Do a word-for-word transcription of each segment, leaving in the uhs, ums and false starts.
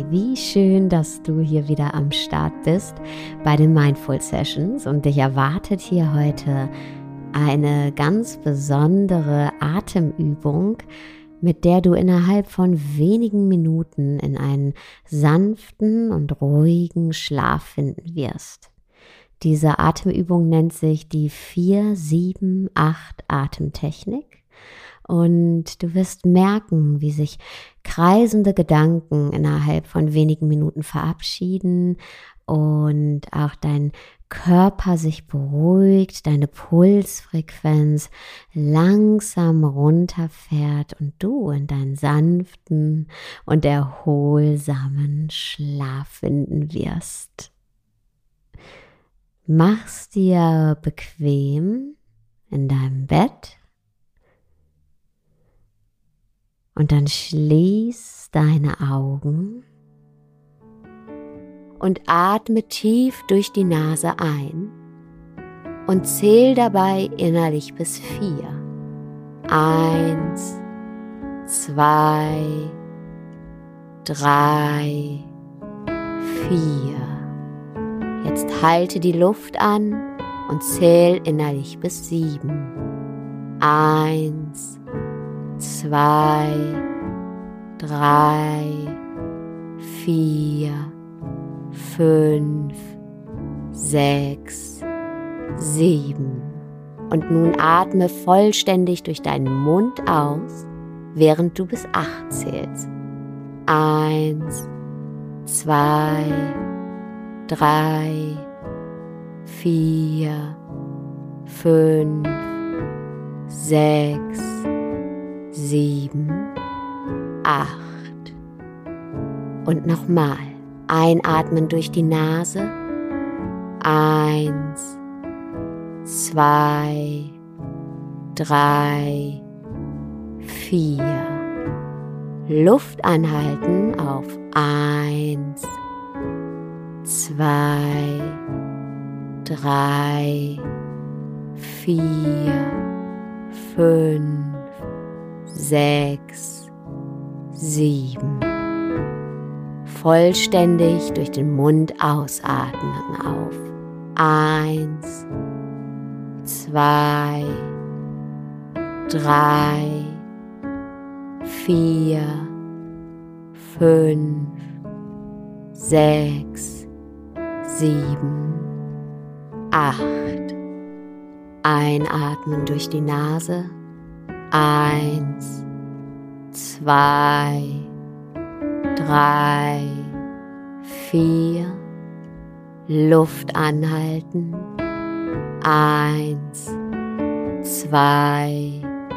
wie schön, dass du hier wieder am Start bist bei den Mindful Sessions und dich erwartet hier heute eine ganz besondere Atemübung, mit der du innerhalb von wenigen Minuten in einen sanften und ruhigen Schlaf finden wirst. Diese Atemübung nennt sich die vier sieben acht Atemtechnik. Und du wirst merken, wie sich kreisende Gedanken innerhalb von wenigen Minuten verabschieden und auch dein Körper sich beruhigt, deine Pulsfrequenz langsam runterfährt und du in deinen sanften und erholsamen Schlaf finden wirst. Mach's dir bequem in deinem Bett. Und dann schließ deine Augen und atme tief durch die Nase ein und zähl dabei innerlich bis vier. Eins, zwei, drei, vier. Jetzt halte die Luft an und zähl innerlich bis sieben. Eins, zwei, drei, vier, fünf, sechs, sieben. Und nun atme vollständig durch deinen Mund aus, während du bis acht zählst. Eins, zwei, drei, vier, fünf, sechs, sieben, acht. Und nochmal einatmen durch die Nase. Eins, zwei, drei, vier. Luft anhalten auf eins, zwei, drei, vier, fünf, sechs, sieben. Vollständig durch den Mund ausatmen auf eins, zwei, drei, vier, fünf, sechs, sieben, acht. Einatmen durch die Nase. Eins, zwei, drei, vier. Luft anhalten. Eins, zwei,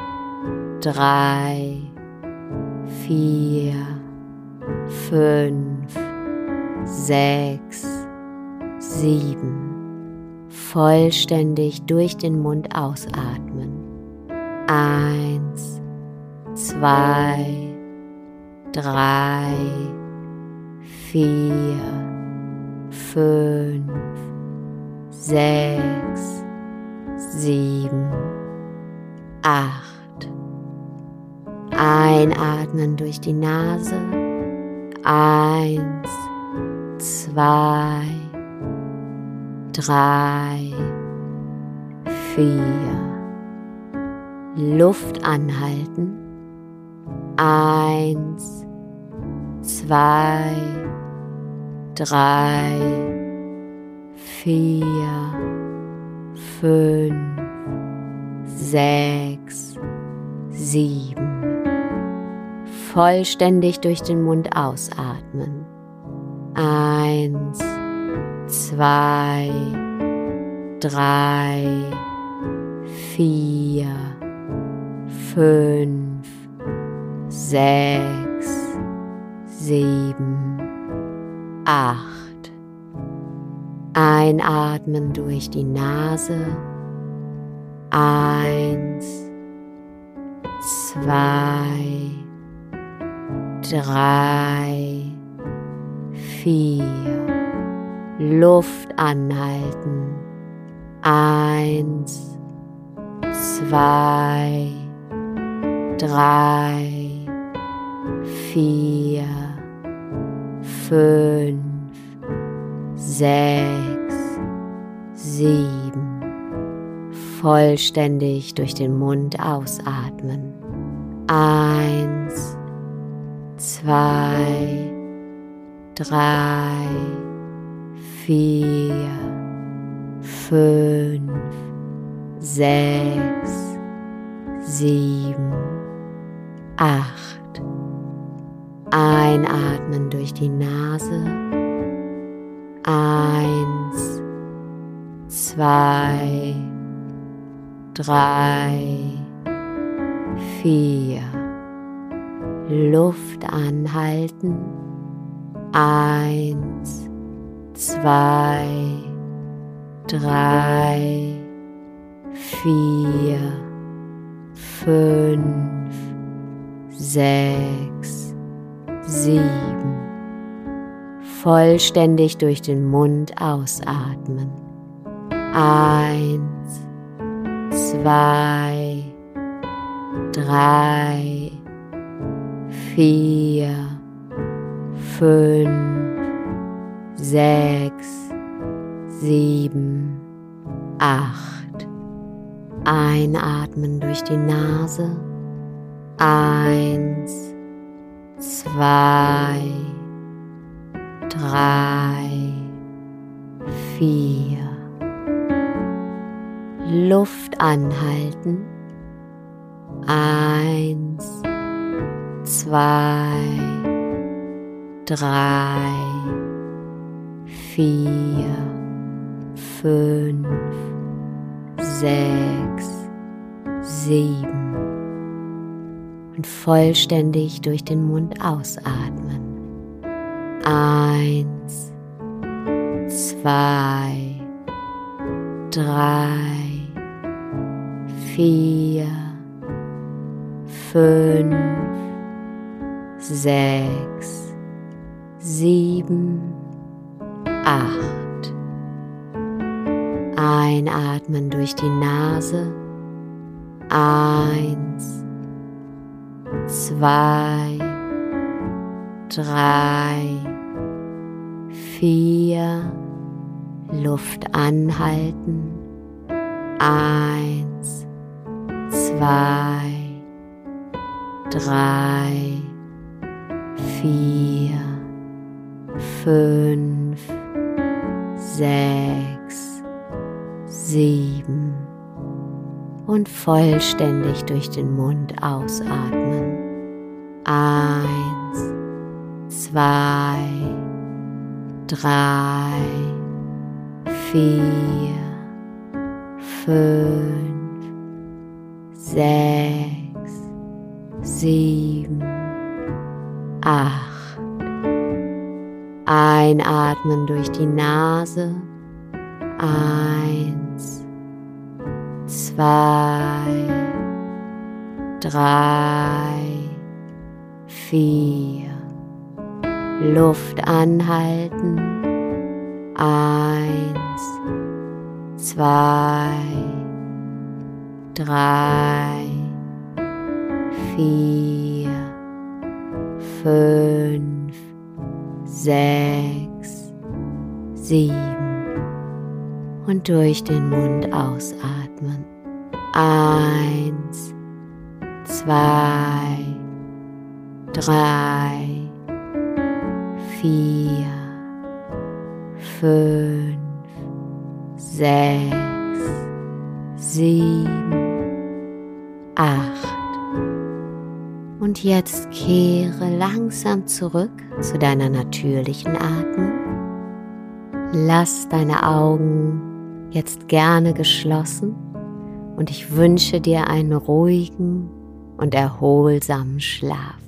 drei, vier, fünf, sechs, sieben. Vollständig durch den Mund ausatmen. Eins, zwei, drei, vier, fünf, sechs, sieben, acht. Einatmen durch die Nase. Eins, zwei, drei, vier. Luft anhalten. Eins, zwei, drei, vier, fünf, sechs, sieben. Vollständig durch den Mund ausatmen. Eins, zwei, drei, vier, fünf, sechs, sieben, acht. Einatmen durch die Nase. Eins, zwei, drei, vier. Luft anhalten. Eins, zwei, drei, vier, fünf, sechs, sieben. Vollständig durch den Mund ausatmen. Eins, zwei, drei, vier, fünf, sechs, sieben, acht. Einatmen durch die Nase. Eins, zwei, drei, vier. Luft anhalten. Eins, zwei, drei, vier, fünf, sechs, sieben. Vollständig durch den Mund ausatmen. Eins, zwei, drei, vier, fünf, sechs, sieben, acht. Einatmen durch die Nase. Eins, zwei, drei, vier. Luft anhalten. Eins, zwei, drei, vier, fünf, sechs, sieben. Und vollständig durch den Mund ausatmen. Eins, zwei, drei, vier, fünf, sechs, sieben, acht. Einatmen durch die Nase. Eins, zwei, drei, vier. Luft anhalten. Eins, zwei, drei, vier, fünf, sechs, sieben. Und vollständig durch den Mund ausatmen. Eins, zwei, drei, vier, fünf, sechs, sieben, acht. Einatmen durch die Nase. Eins, zwei, drei, vier. Luft anhalten. Eins, zwei, drei, vier, fünf, sechs, sieben. Und durch den Mund ausatmen. Eins, zwei, drei, vier, fünf, sechs, sieben, acht. Und jetzt kehre langsam zurück zu deiner natürlichen Atmung. Lass deine Augen jetzt gerne geschlossen und ich wünsche dir einen ruhigen und erholsamen Schlaf.